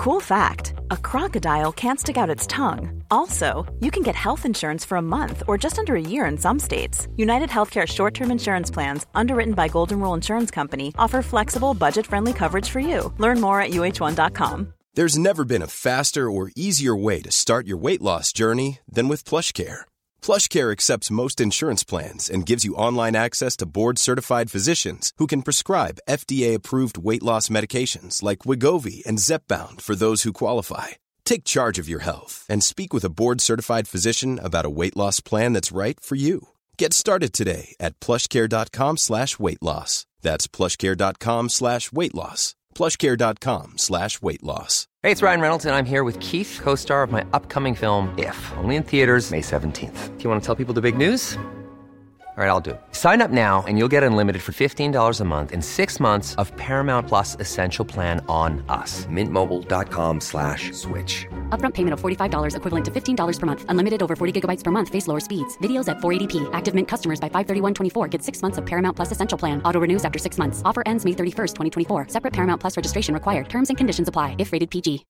Cool fact, a crocodile can't stick out its tongue. Also, you can get health insurance for a month or just under a year in some states. United Healthcare short-term insurance plans, underwritten by Golden Rule Insurance Company, offer flexible, budget-friendly coverage for you. Learn more at uh1.com. There's never been a faster or easier way to start your weight loss journey than with PlushCare. PlushCare accepts most insurance plans and gives you online access to board-certified physicians who can prescribe FDA-approved weight loss medications like Wegovy and Zepbound for those who qualify. Take charge of your health and speak with a board-certified physician about a weight loss plan that's right for you. Get started today at plushcare.com/weightloss. That's plushcare.com/weightloss. plushcare.com/weightloss. Hey, it's Ryan Reynolds, and I'm here with Keith, co-star of my upcoming film, If, only in theaters May 17th. Do you want to tell people the big news? All right, I'll do it. Sign up now and you'll get unlimited for $15 a month and 6 months of Paramount Plus Essential Plan on us. MintMobile.com/switch. Upfront payment of $45 equivalent to $15 per month. Unlimited over 40 gigabytes per month. Face lower speeds. Videos at 480p. Active Mint customers by 531.24 get 6 months of Paramount Plus Essential Plan. Auto renews after 6 months. Offer ends May 31st, 2024. Separate Paramount Plus registration required. Terms and conditions apply if rated PG.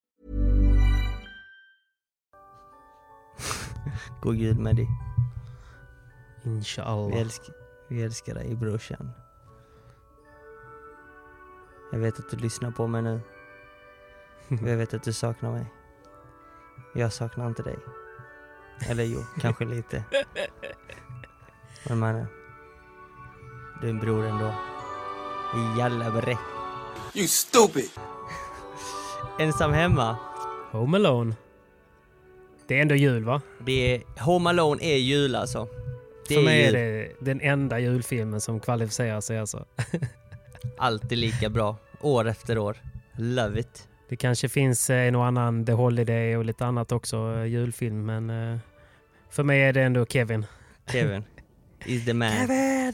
God jul med dig. Inshallah. Vi älskar dig, brorsan. Jag vet att du lyssnar på mig nu. Jag vet att du saknar mig. Jag saknar inte dig. Eller jo, kanske lite. Men mannen, du är en bror ändå. Jalla bre. You stupid! Ensam hemma. Home Alone. Det är ändå jul, va? Det är, Home Alone är jul alltså. För mig är det den enda julfilmen som kvalificerar sig alltså. Alltid lika bra. År efter år. Love it. Det kanske finns en och annan The Holiday och lite annat också, julfilm. Men för mig är det ändå Kevin. Kevin is the man. Kevin!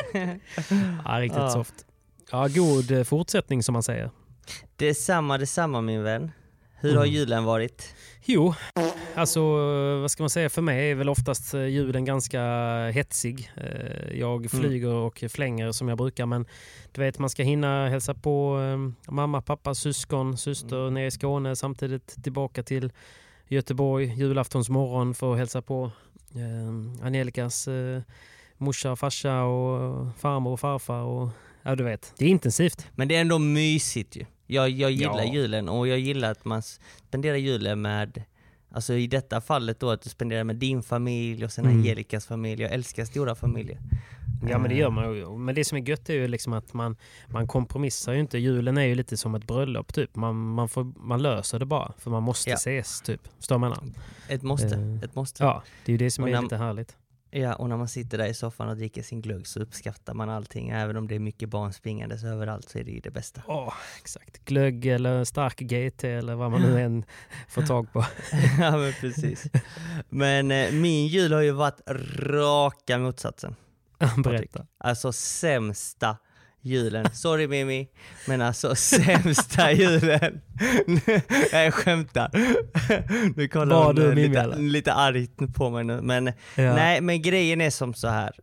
Ja, riktigt soft. Ja, god fortsättning som man säger. Detsamma min vän. Hur har julen varit? Jo, alltså vad ska man säga, för mig är väl oftast julen ganska hetsig. Jag flyger och flänger som jag brukar, men du vet, man ska hinna hälsa på mamma, pappa, syster nere i Skåne, samtidigt tillbaka till Göteborg julaftons morgon för att hälsa på Angelikas morsa och farsa och farmor och farfar och ja, du vet, det är intensivt. Men det är ändå mysigt ju. Jag gillar julen, och jag gillar att man spenderar julen med, alltså i detta fallet då, att du spenderar med din familj och sen Angelikas familj. Jag älskar stora familjer. Ja, men det gör man ju. Men det som är gött är ju liksom att man kompromissar ju inte. Julen är ju lite som ett bröllop typ. Man löser det bara, för man måste ses typ. Förstår man? Ett måste. Ja, det är ju det som är lite härligt. Ja, och när man sitter där i soffan och dricker sin glögg så uppskattar man allting. Även om det är mycket barn springandes överallt så är det ju det bästa. Exakt. Glögg eller stark GT eller vad man nu än får tag på. Ja, men precis. Men min jul har ju varit raka motsatsen. Berätta. Alltså sämsta julen. Sorry Mimi, men alltså sämsta julen. Jag skämtar. Nu kollar hon lite argt på mig nu. Men nej, men grejen är som så här.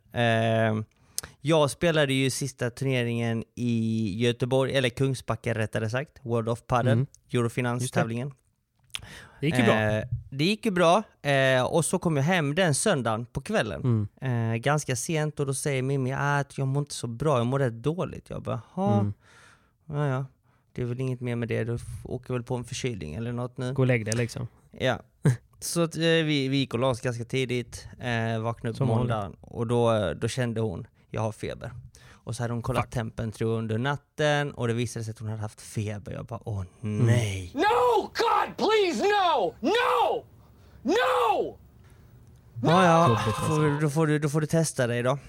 Jag spelade ju sista turneringen i Göteborg, eller Kungsbacka rättare sagt. World of Padel, Eurofinans-tävlingen. Det gick ju bra. Det gick ju bra. Och så kom jag hem den söndagen på kvällen. Ganska sent, och då säger Mimmi att jag mår inte så bra, jag mår rätt dåligt. Jag bara, ja, det är väl inget mer med det. Du åker väl på en förkylning eller något nu. Gå och lägg det liksom. Ja. Så att, vi gick och la oss ganska tidigt. Vaknade upp på måndagen. Och då kände hon, jag har feber. Och så hade hon kollat tempen tror jag under natten, och det visade sig att hon hade haft feber. Jag bara, åh nej. No, God, please, no! No! No! Ja, då får du testa dig då.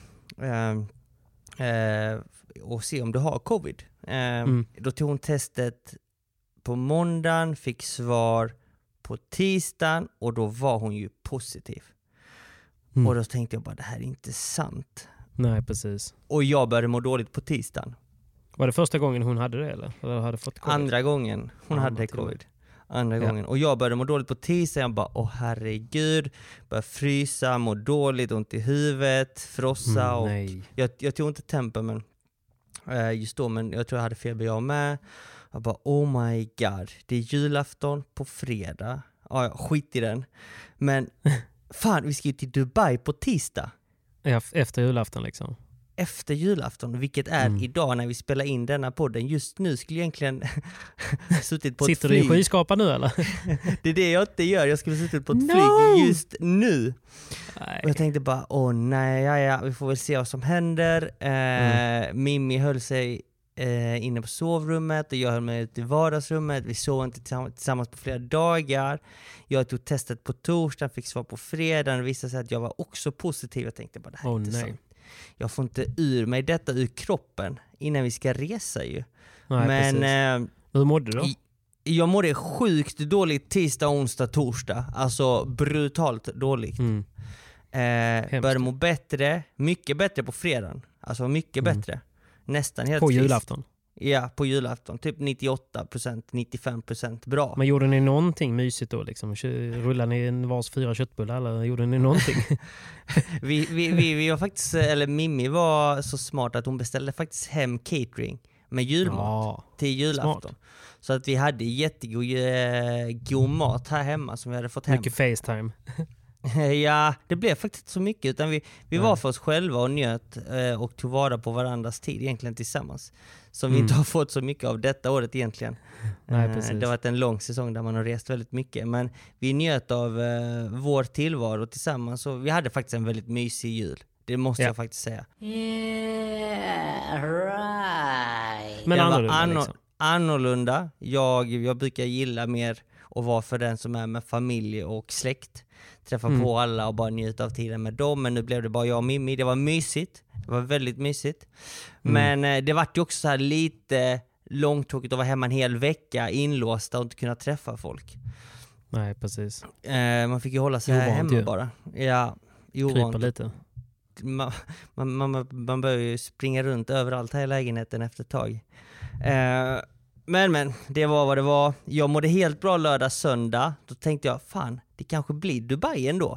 Och se om du har covid. Då tog hon testet på måndagen, fick svar på tisdagen, och då var hon ju positiv. Och då tänkte jag bara, det här är inte sant. Nej, precis. Och jag började må dåligt på tisdagen. Var det första gången hon hade det eller hade fått covid? Andra gången hon hade covid. Andra gången. Och jag började må dåligt på tisdagen. Jag bara, herregud. Började frysa, må dåligt, ont i huvudet, frossa. Och jag tog inte tempen men just då, men jag tror jag hade feber jag med. Jag bara, oh my god, det är julafton på fredag. Ja, skit i den. Men fan, vi ska ju till Dubai på tisdag. Ja, efter julafton liksom. Efter julafton, vilket är idag när vi spelar in denna podden. Just nu skulle jag egentligen suttit på Sitter ett flyg. du i skyskrapa nu eller? Det är det jag inte gör, jag skulle suttit på ett flyg just nu. Nej. Och jag tänkte bara, nej, vi får väl se vad som händer. Mimmi höll sig inne på sovrummet och jag höll mig ute i vardagsrummet. Vi sov inte tillsammans på flera dagar. Jag tog testet på torsdagen, fick svar på fredagen. Det visade sig att jag var också positiv. Jag tänkte bara, det här är inte sant. Jag får inte ur mig detta ur kroppen innan vi ska resa ju. Nej, men hur mådde du då? Jag mådde sjukt dåligt tisdag, onsdag, torsdag. Alltså brutalt dåligt. Började må bättre, mycket bättre på fredagen. Alltså mycket bättre. Nästan helt på julafton? Ja, på julafton. Typ 98%, 95% bra. Men gjorde ni någonting mysigt då? Liksom? Rullade ni en vars 4 köttbullar eller gjorde ni någonting? vi var faktiskt, eller Mimmi var så smart att hon beställde faktiskt hem catering med julmat till julafton. Smart. Så att vi hade jättegod mat här hemma som vi hade fått hem. Mycket FaceTime. Ja, det blev faktiskt inte så mycket utan vi var för oss själva och njöt och tog vara på varandras tid egentligen tillsammans. Som vi inte har fått så mycket av detta året egentligen. Nej, det har varit en lång säsong där man har rest väldigt mycket. Men vi njöt av vår tillvaro tillsammans och vi hade faktiskt en väldigt mysig jul. Det måste jag faktiskt säga. Yeah, right. Men annorlunda. Jag brukar gilla mer att vara för den som är med familj och släkt. Träffa på alla och bara njuta av tiden med dem. Men nu blev det bara jag och Mimmi. Det var mysigt. Det var väldigt mysigt. Men det var ju också så här lite långtråkigt att vara hemma en hel vecka inlåsta och inte kunna träffa folk. Nej, precis. Man fick ju hålla sig här hemma bara. Ja, krypa lite. Man börjar ju springa runt överallt här i lägenheten efter ett tag. Men det var vad det var. Jag mådde helt bra lördag, söndag. Då tänkte jag, fan, det kanske blir Dubai ändå.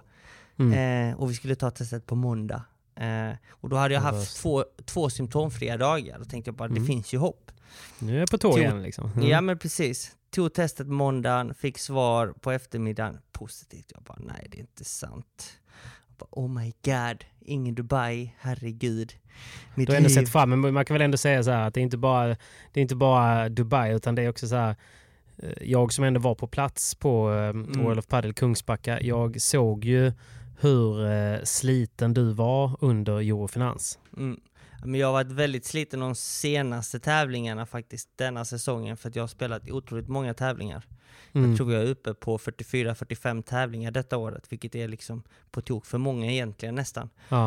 Och vi skulle ta testet på måndag. Och då hade jag haft två symptomfria dagar. Då tänkte jag bara, det finns ju hopp. Nu är jag på tå igen liksom. Ja, men precis. Tog testet måndagen, fick svar på eftermiddagen. Positivt. Jag bara, nej, det är inte sant. Jag bara, oh my god, ingen Dubai, herregud. Du har ändå sett fram, men man kan väl ändå säga så här att det är inte bara Dubai utan det är också så här, jag som ändå var på plats på World of Padel Kungsbacka, jag såg ju hur sliten du var under Eurofinans. Men jag har varit väldigt sliten de senaste tävlingarna faktiskt denna säsongen för att jag har spelat otroligt många tävlingar. Jag tror jag är uppe på 44-45 tävlingar detta året, vilket är liksom på tok för många egentligen nästan.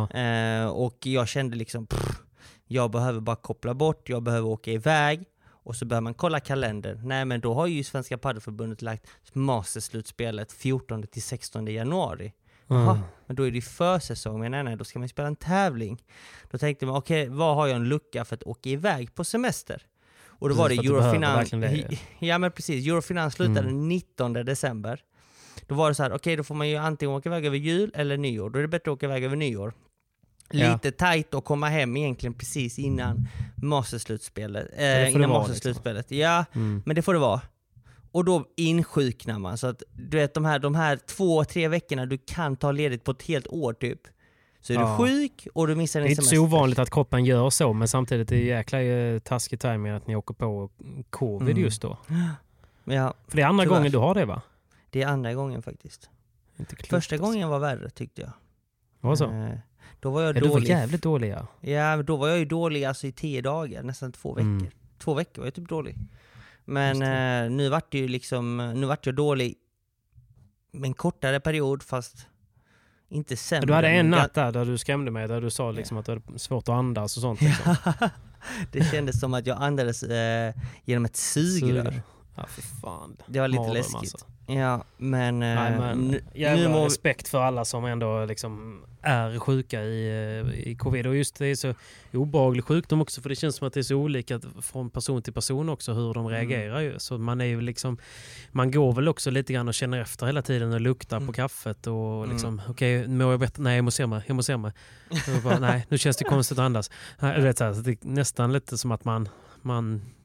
Och jag kände liksom jag behöver bara koppla bort, jag behöver åka iväg och så behöver man kolla kalendern. Nej, men då har ju Svenska Padelförbundet lagt masterslutspelet 14-16 januari. Men då är det försäsong, men nej, då ska man spela en tävling. Då tänkte man, okej, vad har jag en lucka för att åka iväg på semester? Och då var det Eurofinans. Ja, men precis. Eurofinans slutade 19 december. Då var det så här, okej, då får man ju antingen åka iväg över jul eller nyår. Då är det bättre att åka iväg över nyår. Lite tajt att komma hem egentligen precis innan masterslutspelet. Innan masterslutspelet. Liksom. Ja, men det får det vara. Och då insjuknar man. Så att du vet, de här 2-3 veckorna du kan ta ledigt på ett helt år typ. Så är du sjuk och du missar din semester. Det är inte så ovanligt att kroppen gör så, men samtidigt är det jäkla taskig timing att ni åker på covid just då. Ja, för det är andra gången du har det, va? Det är andra gången faktiskt. Inte klokt, första gången var värre tyckte jag. Vad så? Då var jag dålig. Du var jävligt dålig, ja. Ja, då var jag ju dålig alltså i 10 dagar, nästan 2 veckor. 2 veckor var jag typ dålig. Men nu vart jag dålig med en kortare period, fast inte sämre. Du hade en natt där du skrämde mig, där du sa liksom att du hade svårt att andas och sånt. Liksom. Det kändes som att jag andades genom ett sugrör. Ja, för fan. Det var lite läskigt. Alltså. Ja, men jävla respekt för alla som ändå liksom är sjuka i covid. Och just det är så obehaglig sjukdom också, för det känns som att det är så olika från person till person också hur de reagerar ju. Så man är ju liksom, man går väl också lite grann och känner efter hela tiden och luktar på kaffet och liksom, okej, mår jag bättre? Nej, jag måste se mig. Nej, nu känns det konstigt att andas. Du vet, så här, det är nästan lite som att man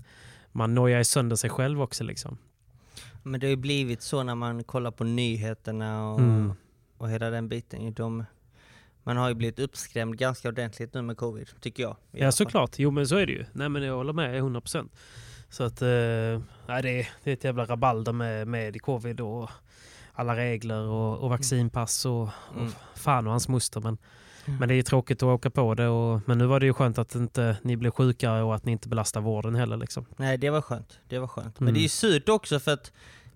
man nojar sönder sig själv också liksom. Men det har ju blivit så när man kollar på nyheterna och hela den biten. Man har ju blivit uppskrämd ganska ordentligt nu med covid, tycker jag. Ja, såklart. Jo, men så är det ju. Nej, men jag håller med 100%. Så att det är ett jävla rabalder med covid och alla regler och vaccinpass och fan och hans moster. Men det är ju tråkigt att åka på det. Men nu var det ju skönt att inte ni blev sjukare och att ni inte belastar vården heller. Liksom. Nej, det var skönt. Men det är ju surt också för att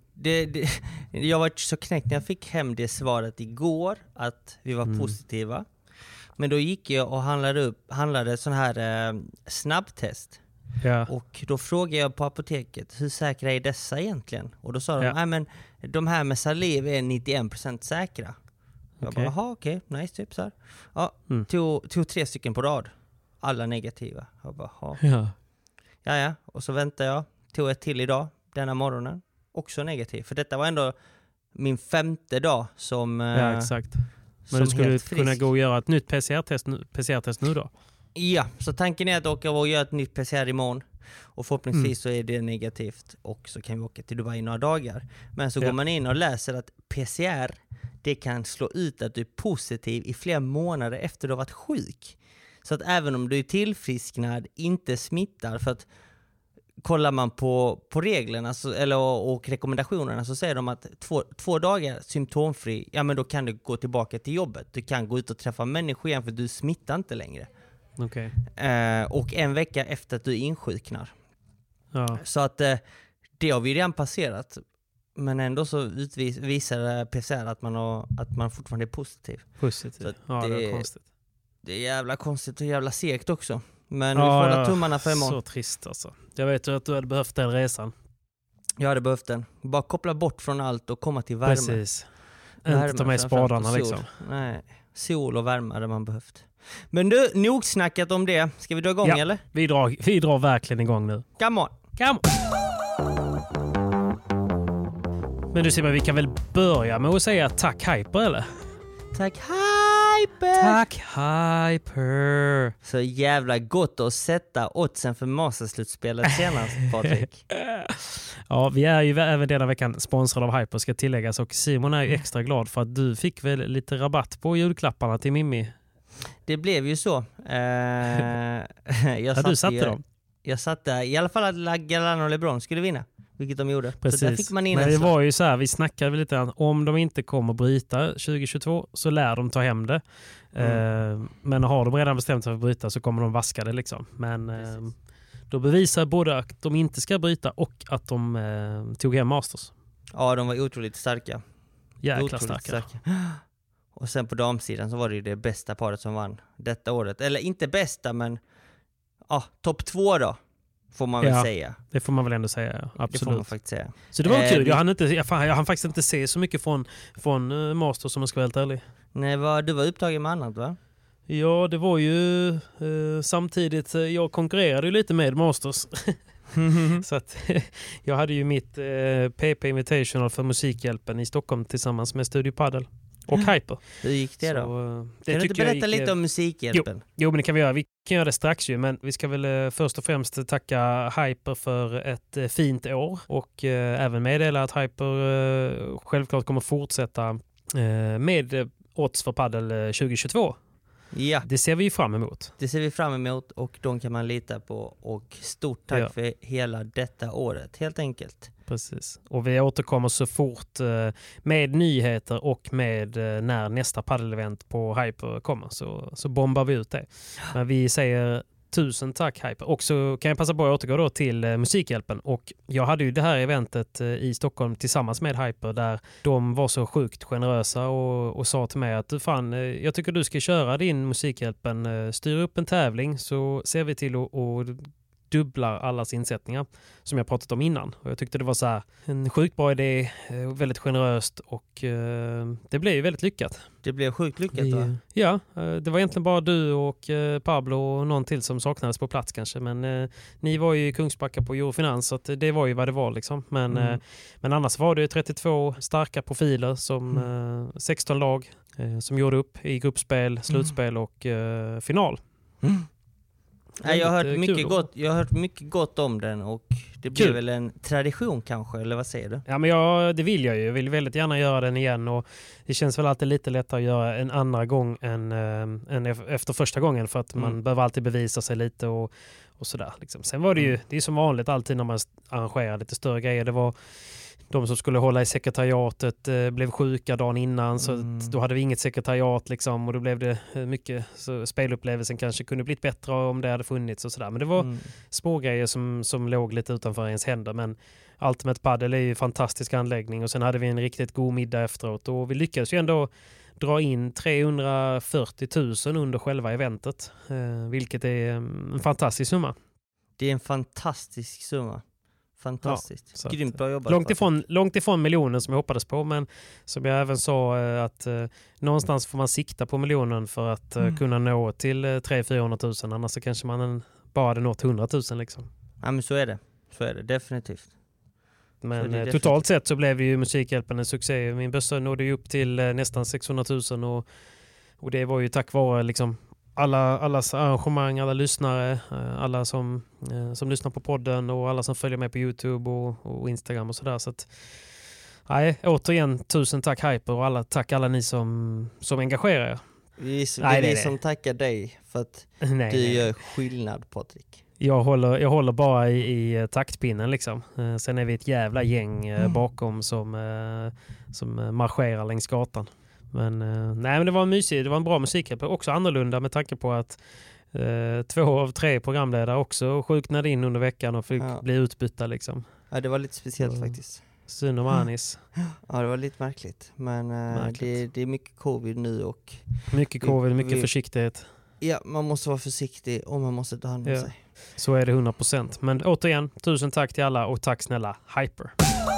jag var så knäckt när jag fick hem det svaret igår att vi var positiva. Men då gick jag och handlade sån här snabbtest. Ja. Och då frågade jag på apoteket, hur säkra är dessa egentligen? Och då sa de, nej men de här med saliv är 91% säkra. Jag bara, jaha okej, nice typ så här. Ja, tog 3 stycken på rad. Alla negativa. Jag bara, ja. Och så väntade jag. Tog ett till idag, denna morgonen. Också negativ. För detta var ändå min 5:e dag som ja, exakt. Men du skulle kunna gå och göra ett nytt PCR-test nu då? Ja, så tanken är att åka och göra ett nytt PCR imorgon. Och förhoppningsvis så är det negativt. Och så kan vi åka till Dubai i några dagar. Men så går man in och läser att PCR, det kan slå ut att du är positiv i flera månader efter du har varit sjuk. Så att även om du är tillfrisknad, inte smittar, för att kollar man på reglerna och rekommendationerna så säger de att 2 dagar symptomfri, ja men då kan du gå tillbaka till jobbet. Du kan gå ut och träffa människor igen för du smittar inte längre. Okay. Och 1 vecka efter att du insjuknar. Ja. Så att det har vi redan passerat. Men ändå så visar PCR att man fortfarande är positiv. Positiv. Ja, det är konstigt. Det är jävla konstigt och jävla segt också. Men vi får hålla tummarna för imorgon. Så trist alltså. Jag vet ju att du hade behövt den resan. Jag hade behövt den. Bara koppla bort från allt och komma till värme. Precis. Inte ta med spadarna liksom. Nej, sol och värme hade man behövt. Men du, nog snackat om det. Ska vi dra igång eller? Vi drar verkligen igång nu. Come on. Men du Simon, vi kan väl börja med att säga tack Hyper eller? Tack Hyper! Tack Hyper! Så jävla gott att sätta oddsen för Masters-slutspelet senast, Patrik. Ja, vi är ju även denna veckan sponsrade av Hyper ska tilläggas och Simon är ju extra glad för att du fick väl lite rabatt på julklapparna till Mimmi. Det blev ju så. Du satte dem? Jag satte i alla fall att Galán och LeBron skulle vinna. Vilket de gjorde. Precis. Så där fick man in. Men det var ju så här, vi snackade lite om de inte kommer bryta 2022 så lär de ta hem det. Men har de redan bestämt sig för att bryta så kommer de vaska det liksom. Men då bevisar både att de inte ska bryta och att de tog hem Masters. Ja, de var otroligt starka. Jäkla starka. Och sen på damsidan så var det ju det bästa paret som vann detta året. Eller inte bästa, men topp 2 då. Får man väl säga. Det får man väl ändå säga, ja. Absolut. Det får man faktiskt säga. Så det var kul. Jag hann faktiskt inte se så mycket från Masters som jag ska vara helt ärlig. Nej, du var upptagen med annat va? Ja, det var ju samtidigt, jag konkurrerade ju lite med Masters. Så att jag hade ju mitt PP Invitational för Musikhjälpen i Stockholm tillsammans med Studio Paddle. Och Hyper. Hur gick det då? Kan du inte berätta lite om Musikhjälpen? Jo, men det kan vi göra. Vi kan göra det strax ju. Men vi ska väl först och främst tacka Hyper för ett fint år. Och även meddela att Hyper självklart kommer fortsätta med odds för paddel 2022. Ja. Det ser vi fram emot. Det ser vi fram emot och de kan man lita på. Och stort tack för hela detta året, helt enkelt. Precis. Och vi återkommer så fort med nyheter och med när nästa paddelevent på Hyper kommer. Så bombar vi ut det. Men vi säger tusen tack Hyper. Och så kan jag passa på att återgå då till Musikhjälpen. Och jag hade ju det här eventet i Stockholm tillsammans med Hyper där de var så sjukt generösa och sa till mig att fan, jag tycker du ska köra din Musikhjälpen. Styr upp en tävling så ser vi till att dubblar allas insättningar som jag pratat om innan. Och jag tyckte det var så här en sjukt bra idé, väldigt generöst och det blev ju väldigt lyckat. Det blev sjukt lyckat va? Ja, det var egentligen bara du och Pablo och någon till som saknades på plats kanske. Men ni var ju i Kungsbacka på Eurofinans så att det var ju vad det var liksom. Men annars var det ju 32 starka profiler som 16 lag som gjorde upp i gruppspel, slutspel och final. Nej, jag har hört mycket gott om den och det blir väl en tradition kanske, eller vad säger du? Ja, men det vill jag ju. Jag vill väldigt gärna göra den igen och det känns väl alltid lite lättare att göra en andra gång än efter första gången för att man behöver alltid bevisa sig lite och sådär. Liksom. Sen var det ju, det är som vanligt alltid när man arrangerar lite större grejer. Det var de som skulle hålla i sekretariatet blev sjuka dagen innan så då hade vi inget sekretariat liksom, och då blev det mycket, så spelupplevelsen kanske kunde blivit bättre om det hade funnits och sådär. Men det var små grejer som låg lite utanför ens händer, men Ultimate Padel är ju en fantastisk anläggning och sen hade vi en riktigt god middag efteråt och vi lyckades ju ändå dra in 340 000 under själva eventet, vilket är en fantastisk summa. Det är en fantastisk summa. Fantastiskt. Ja, grymt bra jobbat. Långt ifrån miljonen som jag hoppades på, men som jag även sa att någonstans får man sikta på miljonen för att kunna nå till 300-400 000, annars så kanske man bara hade nått 100 000 liksom. Ja, men så är det definitivt. Men totalt sett så blev ju Musikhjälpen en succé. Min bössa nådde ju upp till nästan 600 000 och det var ju tack vare liksom allas arrangemang, alla lyssnare, alla som lyssnar på podden och alla som följer med på YouTube och Instagram och sådär. Så att, återigen, tusen tack Hyper och tack alla ni som engagerar er. Vi som tackar dig för att du gör skillnad, Patrik. Jag håller bara i taktpinnen liksom. Sen är vi ett jävla gäng bakom som marscherar längs gatan. Men men det var mysigt, det var en bra musik, också annorlunda med tanke på att 2 av 3 programledare också sjuknade in under veckan och fick bli utbytta liksom. Ja, det var lite speciellt faktiskt. Synd om Anis. Ja, det var lite märkligt. Men det är mycket covid nu och mycket covid, mycket försiktighet. Ja, man måste vara försiktig och man måste ta hand om sig. Så är det 100%. Men återigen, tusen tack till alla och tack snälla Hyper.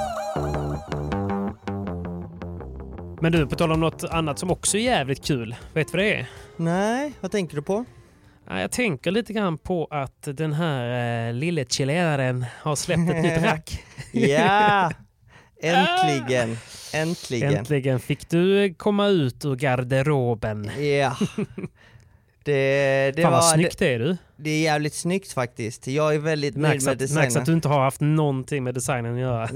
Men du, på tal om något annat som också är jävligt kul. Vet du vad det är? Nej, vad tänker du på? Jag tänker lite grann på att den här lille chilenaren har släppt ett nytt rack. Ja, äntligen. Äntligen fick du komma ut ur garderoben. Ja. Det fan vad snyggt är du. Det är jävligt snyggt faktiskt. Jag är väldigt nöjd med designen. Märks att du inte har haft någonting med designen att göra.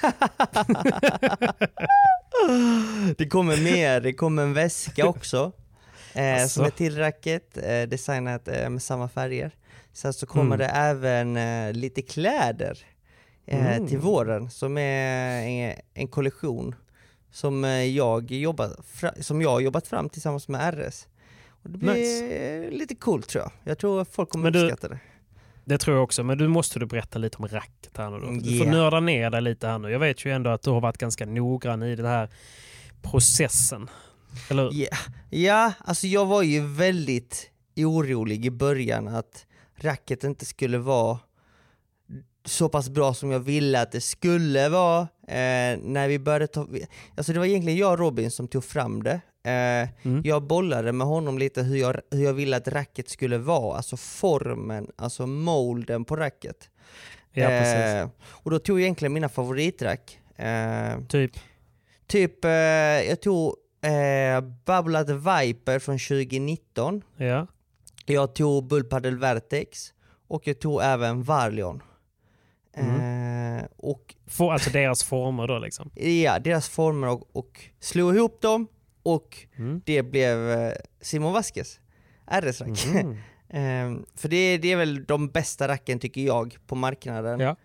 Det kommer mer. Det kommer en väska också. Som är till racket. Designat med samma färger. Sen så kommer det även lite kläder till våren. Som är en kollektion som jag har jobbat fram tillsammans med RS. Och det blir lite coolt tror jag. Jag tror folk kommer uppskatta det. Det tror jag också, men du måste berätta lite om racket här nu då. Du får nörda ner dig lite här nu. Jag vet ju ändå att du har varit ganska noggrann i den här processen. Eller? Ja, alltså jag var ju väldigt orolig i början att racket inte skulle vara så pass bra som jag ville att det skulle vara. När vi började alltså det var egentligen jag och Robin som tog fram det. Jag bollade med honom lite hur jag ville att racket skulle vara, alltså formen, alltså molden på racket. Ja, precis. Och då tog jag egentligen mina favoritrack. Typ jag tog Bubblat Viper från 2019. Ja. Jag tog Bull Padel Vertex och jag tog även Varlion. Alltså deras former då liksom? Ja, deras former och slog ihop dem och det blev Simon Vasquez RS-rack. För det är väl de bästa racken tycker jag på marknaden. Ja.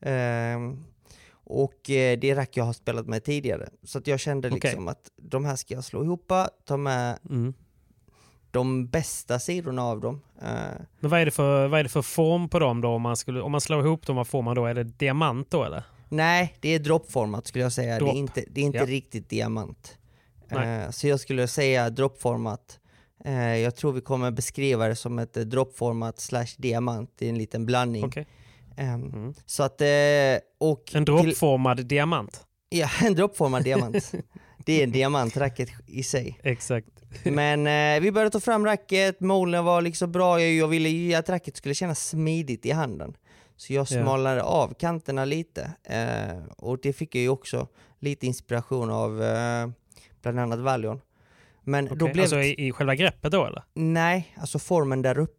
Och det är rack jag har spelat med tidigare. Så att jag kände liksom att de här ska jag slå ihop, ta med de bästa sidorna av dem. Men vad är det för form på dem då? Om man slår ihop dem, vad får man då? Är det diamant då eller? Nej, det är droppformat skulle jag säga. Det är inte riktigt diamant. Så jag skulle säga droppformat. Jag tror vi kommer beskriva det som ett droppformat / diamant. Det är en liten blandning. Okay. Så att, och en droppformad diamant? Ja, en droppformad diamant. Det är en diamantracket i sig. Exakt. Men vi började ta fram racket. Målen var liksom bra. Jag ville ju att racket skulle kännas smidigt i handen. Så jag smalade av kanterna lite. Och det fick jag ju också lite inspiration av bland annat Valion. Men då blev alltså i själva greppet då eller? Nej, alltså formen där uppe.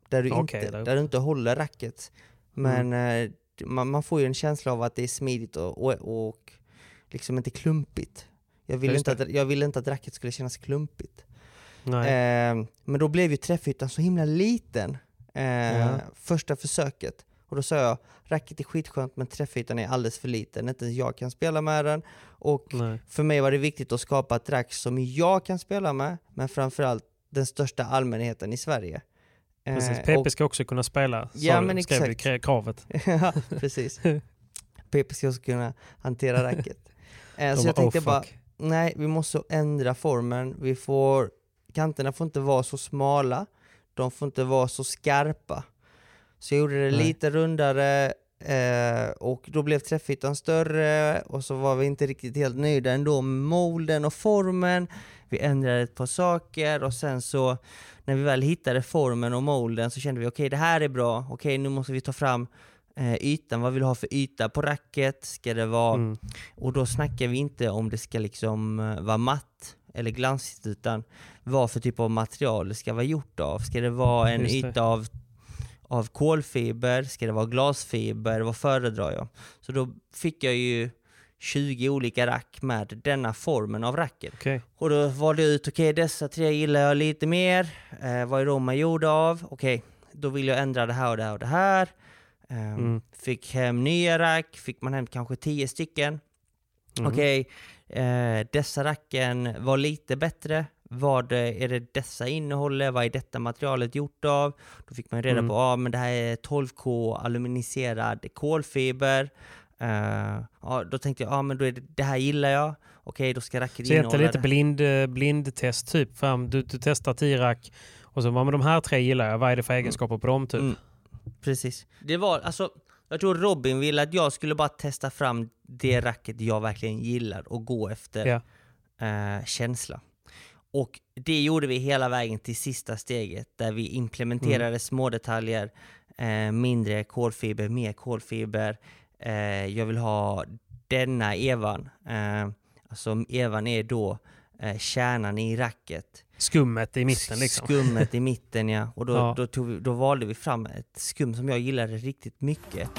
där du inte håller racket. Men man får ju en känsla av att det är smidigt och liksom inte klumpigt. Jag ville inte att racket skulle kännas klumpigt. Men då blev ju träffytan så himla liten första försöket. Och då sa jag, racket är skitskönt men träffytan är alldeles för liten. Inte ens jag kan spela med den. Och för mig var det viktigt att skapa ett rack som jag kan spela med, men framförallt den största allmänheten i Sverige. Precis, PP ska också kunna spela. Ja, men exakt. Kravet. Ja, precis. PP ska också kunna hantera racket. Så jag tänkte nej, vi måste ändra formen. Kanterna får inte vara så smala. De får inte vara så skarpa. Så jag gjorde det lite rundare och då blev träffytan större och så var vi inte riktigt helt nöjda ändå med molden och formen. Vi ändrade ett par saker och sen så när vi väl hittade formen och molden så kände vi okej, det här är bra. Okej, nu måste vi ta fram ytan. Vad vill vi ha för yta på racket? Ska det vara... Och då snackar vi inte om det ska liksom vara matt eller glansigt, utan vad för typ av material det ska vara gjort av. Ska det vara en yta av kolfiber? Ska det vara glasfiber? Vad föredrar jag? Så då fick jag ju 20 olika rack med denna formen av racket. Okay. Och då valde jag ut, dessa 3 gillar jag lite mer. Vad är de gjorda av? Då vill jag ändra det här och det här och det här. Fick hem nya rack. Fick man hem kanske 10 stycken. Dessa racken var lite bättre. Vad är det dessa innehåller? Vad är detta materialet gjort av? Då fick man reda på, men det här är 12K aluminiserad kolfiber. Då tänkte jag, men då är det här gillar jag. Då ska racket innehålla. Så lite blindtest typ. Du testar 10 rack och så med de här 3 gillar jag. Vad är det för egenskaper på dem typ? Precis. Det var, jag tror Robin ville att jag skulle bara testa fram det racket jag verkligen gillar och gå efter känsla. Och det gjorde vi hela vägen till sista steget där vi implementerade små detaljer, mindre kolfiber, mer kolfiber. Jag vill ha denna evan. Evan är då kärnan i racket. Skummet i mitten liksom. Skummet i mitten, ja. Och då valde vi fram ett skum som jag gillade riktigt mycket.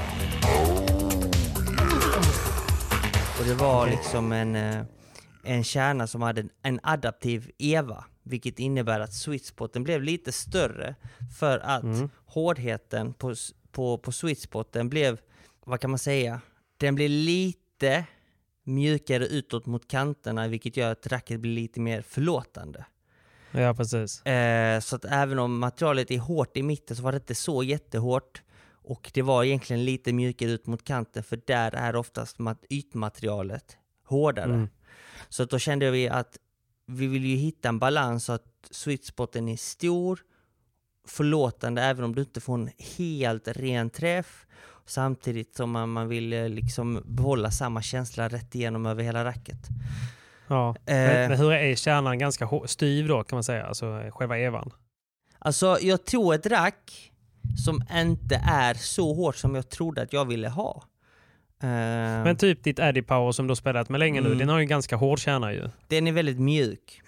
Och det var liksom en kärna som hade en adaptiv eva, vilket innebär att sweetspoten blev lite större för att hårdheten på sweetspoten blev, vad kan man säga, den blev lite mjukare utåt mot kanterna, vilket gör att racket blir lite mer förlåtande. Ja, precis. Så att även om materialet är hårt i mitten så var det inte så jättehårt. Och det var egentligen lite mjukare ut mot kanten, för där är oftast ytmaterialet hårdare. Så att då kände vi att vi vill ju hitta en balans så att sweetspoten är stor, förlåtande även om du inte får en helt ren träff, samtidigt som man vill liksom behålla samma känsla rätt igenom över hela racket. Ja, men hur är kärnan ganska styv då kan man säga, alltså själva evan? Alltså jag tror ett rack som inte är så hårt som jag trodde att jag ville ha. Men typ ditt Eddie Power som du har spelat med länge nu, den har ju ganska hård kärna ju. Den är väldigt mjuk.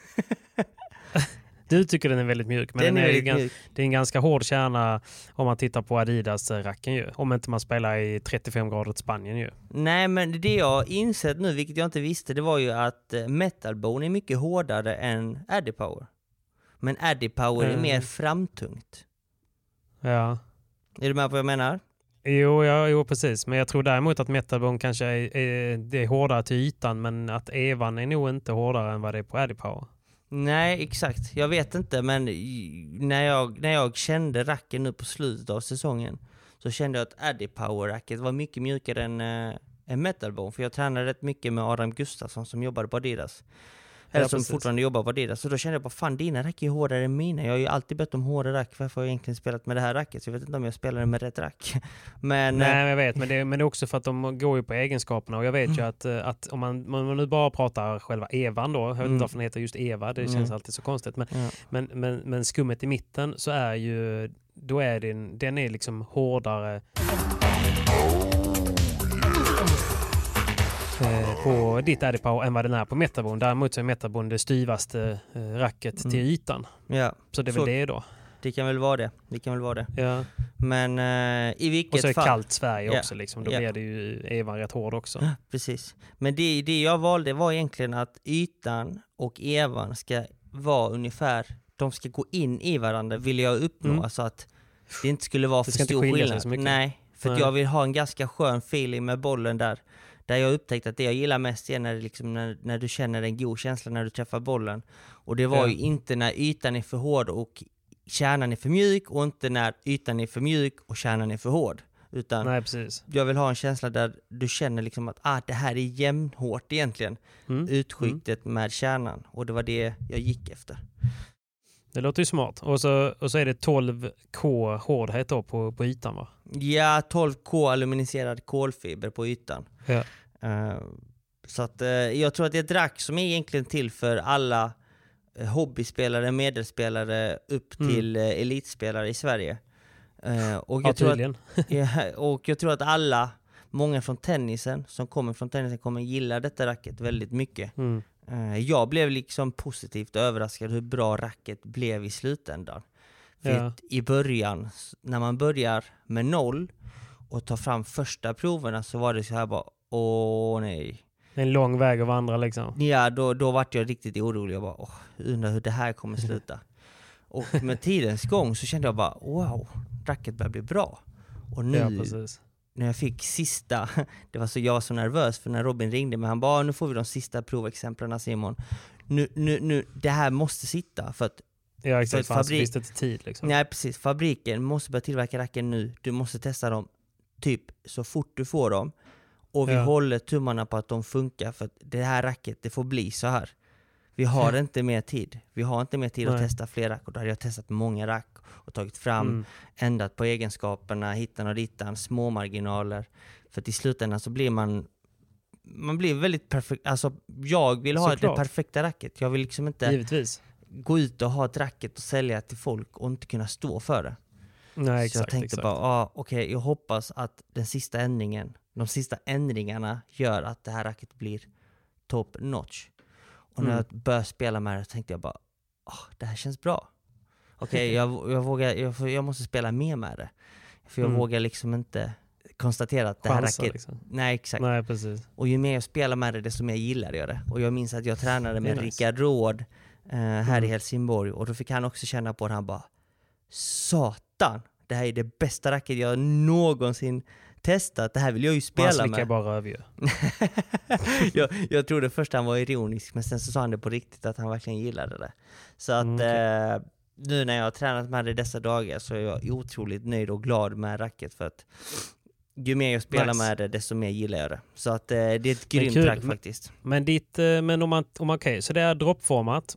Du tycker den är väldigt mjuk, men det är en ganska hård kärna om man tittar på Adidas-racken ju. Om inte man spelar i 35 grader Spanien ju. Nej, men det jag insett nu, vilket jag inte visste, det var ju att Metal Bone är mycket hårdare än Eddie Power. Men Eddie Power är mer framtungt. Ja. Är du med på vad jag menar? Jo, precis. Men jag tror däremot att Metal Bone kanske är hårdare till ytan, men att evan är nog inte hårdare än vad det är på Eddie Power. Nej, exakt. Jag vet inte, men när jag kände racken nu på slutet av säsongen så kände jag att Eddie Power-racket var mycket mjukare än Metal Bone. För jag tränade rätt mycket med Adam Gustafsson som jobbade på Adidas. Eller som fortfarande jobbar på Adidas. Så då kände jag bara, fan, dina rack är hårdare än mina. Jag har ju alltid bett om hårdare rack. Varför har jag egentligen spelat med det här racket? Så jag vet inte om jag spelar med rätt rack. Nej, jag vet. Men det är också för att de går ju på egenskaperna. Och jag vet ju att om man nu bara pratar själva evan då. Jag vet inte varför den heter just eva. Det känns alltid så konstigt. Men skummet i mitten så är ju... Då är den är liksom hårdare... på ditt Eddie Power än vad den är på Metabon. Däremot så är Metabon det styvaste racket till ytan. Ja. Så det är väl det då. det kan väl vara det. Ja. Men i vilket fall... Och så är det kallt Sverige också liksom. Då blir det ju Evan rätt hård också. Precis. Men det jag valde var egentligen att ytan och Evan ska vara ungefär... De ska gå in i varandra, vill jag uppnå. Alltså att det inte skulle vara för stor skillnad. Nej, för att jag vill ha en ganska skön feeling med bollen där jag upptäckte att det jag gillar mest är när du känner en god känsla när du träffar bollen. Och det var ju inte när ytan är för hård och kärnan är för mjuk, och inte när ytan är för mjuk och kärnan är för hård. Utan nej, precis. Jag vill ha en känsla där du känner liksom att det här är jämnhårt egentligen. Utskiktet med kärnan. Och det var det jag gick efter. Det låter ju smart. Och så är det 12K hårdhet då på ytan, va? Ja, 12K aluminiserad kolfiber på ytan. Ja. Så att jag tror att det är ett rack som är egentligen till för alla hobbyspelare, medelspelare upp till elitspelare i Sverige. Och jag tror att många från tennisen som kommer från tennisen kommer gilla detta racket väldigt mycket. Jag blev liksom positivt överraskad hur bra racket blev i slutändan. För i början, när man börjar med 0 och tar fram första proverna, så var det så här bara, åh nej. En lång väg att vandra liksom. Ja, då var jag riktigt orolig. Jag bara, undrar hur det här kommer sluta. Och med tidens gång så kände jag bara, wow, racket börjar bli bra. Och nu, när jag fick sista, jag var så nervös för när Robin ringde mig, han bara, nu får vi de sista provexemplarna, Simon. Nu, det här måste sitta för att ja, exakt, för finns det tid liksom. Nej, precis. Fabriken måste börja tillverka racken nu. Du måste testa dem typ så fort du får dem. Och vi håller tummarna på att de funkar, för att det här racket, det får bli så här. Vi har inte mer tid. Vi har inte mer tid att testa fler rack. Och då hade jag testat många rack och tagit fram, ändrat på egenskaperna, hittan och dittan, små marginaler. För att i slutändan så blir man blir väldigt perfekt. Alltså jag vill ha det perfekta racket. Jag vill liksom inte givetvis gå ut och ha ett racket och sälja till folk och inte kunna stå för det. Nej, så jag tänkte bara, okej, jag hoppas att de sista ändringarna gör att det här racket blir top notch. Och när jag började spela med det tänkte jag bara, det här känns bra. Okej, jag måste spela mer med det. För jag vågar liksom inte konstatera att det här racket... Liksom. Nej, exakt. Nej, precis. Och ju mer jag spelar med det, desto mer gillar jag det. Och jag minns att jag tränade med Rickard Råd här i Helsingborg. Och då fick han också känna på det. Han bara, satan, det här är det bästa racket jag någonsin testat. Det här vill jag ju spela med. Man slickar bara över ju. jag trodde först han var ironisk, men sen så sa han det på riktigt att han verkligen gillade det. Så att nu när jag har tränat med det dessa dagar så är jag otroligt nöjd och glad med racket, för att ju mer jag spelar med det, desto mer gillar jag det. Så att det är ett grymt rack faktiskt. Men om man okej, så det är droppformat.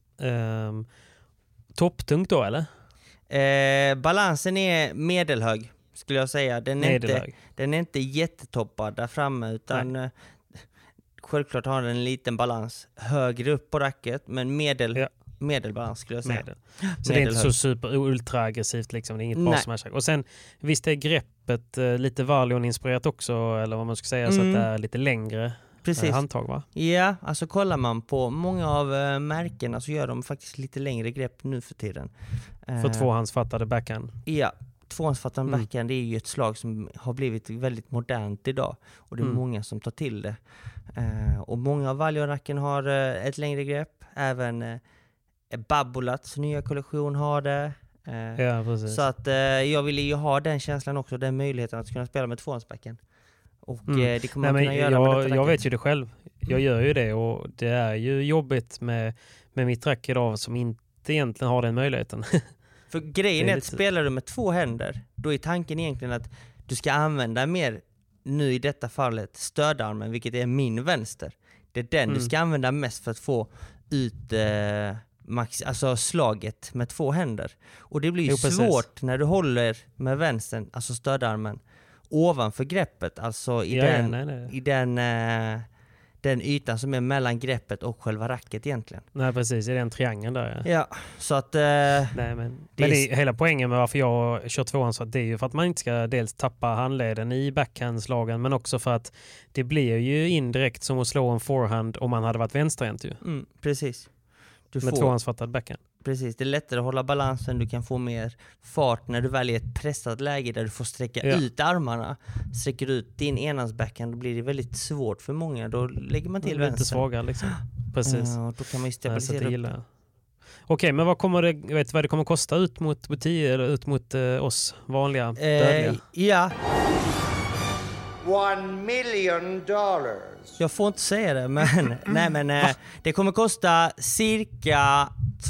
Topptungt då, eller? Balansen är medelhög, skulle jag säga. Den är inte jättetoppad där framme, utan självklart har den en liten balans högre upp på racket, men medelbalans skulle jag säga. Så det är inte så super ultra aggressivt liksom, det är inget bra som är. Och sen visst är greppet lite Valion-inspirerat också, eller vad man ska säga, så att det är lite längre handtag, va? Ja, alltså kollar man på många av märkena så gör de faktiskt lite längre grepp nu för tiden. För tvåhandsfattade backhand. Ja, tvåhandsfattade backhand, det är ju ett slag som har blivit väldigt modernt idag. Och det är många som tar till det. Och många av Valion-racken har ett längre grepp. Även Babolats nya kollektion har det. Så att jag ville ju ha den känslan också, den möjligheten att kunna spela med tvåhandsbacken. Och det kommer man kunna göra med detta. Jag vet ju det själv. Jag gör ju det, och det är ju jobbigt med mitt rack idag som inte egentligen har den möjligheten. För grejen är att spelar du med två händer, då är tanken egentligen att du ska använda mer, nu i detta fallet, stödarmen, vilket är min vänster. Det är den du ska använda mest för att få ut alltså slaget med två händer. Och det blir ju svårt när du håller med vänstern, alltså stödarmen, ovanför greppet, alltså i den ytan som är mellan greppet och själva racket egentligen. Nej, precis, i den triangeln där. Ja, så att... men det är hela poängen med varför jag kör tvåhandsfat, det är ju för att man inte ska dels tappa handleden i backhandslagen, men också för att det blir ju indirekt som att slå en forehand om man hade varit vänsterhänt ju. Precis. Med tvåhandsfattad backhand. Precis, det är lättare att hålla balansen, du kan få mer fart när du väljer ett pressat läge där du får sträcka ut armarna. Sträcker du ut din enhandsbackhand, då blir det väldigt svårt för många, då lägger man till vänster. Lite svagare liksom. Precis. Ja, då kan man ju stabilisera upp. Okej, men vad kommer det, vet du vad det kommer kosta ut mot butik eller ut mot oss vanliga dödliga? Ja. $1 million. Jag får inte säga det, men det kommer kosta cirka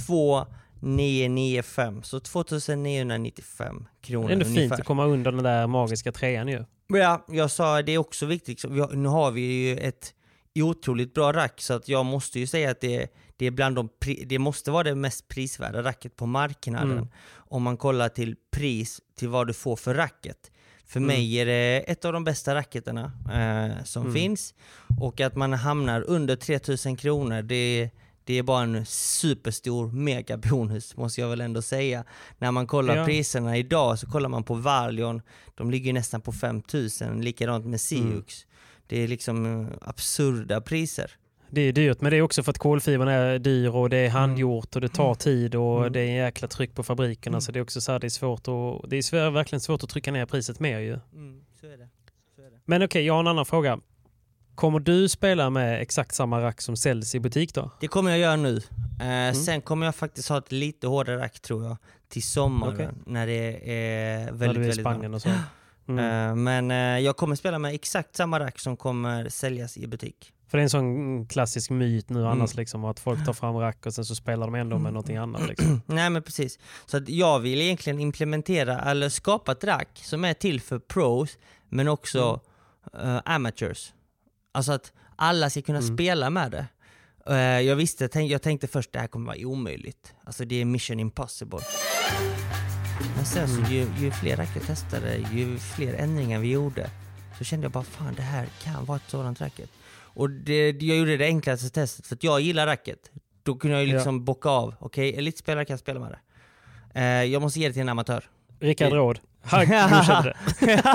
2995, så 2995 kronor. Det är ändå ungefär. fint att komma under den där magiska trean ju. Ja, jag sa det är också viktigt. Nu har vi ju ett otroligt bra rack, så att jag måste ju säga att det är bland det måste vara det mest prisvärda racket på marknaden. Om man kollar till pris till vad du får för racket. För mig är det ett av de bästa racketerna som finns. Och att man hamnar under 3000 kronor, det är bara en superstor megabonus, måste jag väl ändå säga. När man kollar priserna idag, så kollar man på Valion, de ligger nästan på 5000, likadant med Siux. Det är liksom absurda priser. Det är dyrt, men det är också för att kolfibern är dyr och det är handgjort och det tar tid och det är en jäkla tryck på fabrikerna, så det är också så här, det är svårt och det är verkligen svårt att trycka ner priset mer ju. Så är det. Men okej, jag har en annan fråga. Kommer du spela med exakt samma rack som säljs i butik då? Det kommer jag göra nu. Sen kommer jag faktiskt ha ett lite hårdare rack, tror jag, till sommaren, när det är väldigt Spanien och så. Men jag kommer spela med exakt samma rack som kommer säljas i butik. För det är en sån klassisk myt nu annars liksom, att folk tar fram rack och sen så spelar de ändå med någonting annat liksom. Nej, men precis. Så att jag vill egentligen implementera eller skapa ett rack som är till för pros, men också amateurs. Alltså att alla ska kunna spela med det. Jag tänkte först att det här kommer vara omöjligt. Alltså det är mission impossible. Men sen så ju fler rack jag testade, ju fler ändringar vi gjorde, så kände jag bara, fan, det här kan vara ett sådant racket. Och jag gjorde det enklaste testet, för att jag gillar racket. Då kunde jag ju liksom bocka av. Okej, elitspelare kan spela med det. Jag måste ge det till en amatör. Rickard Råd. Han godkände det.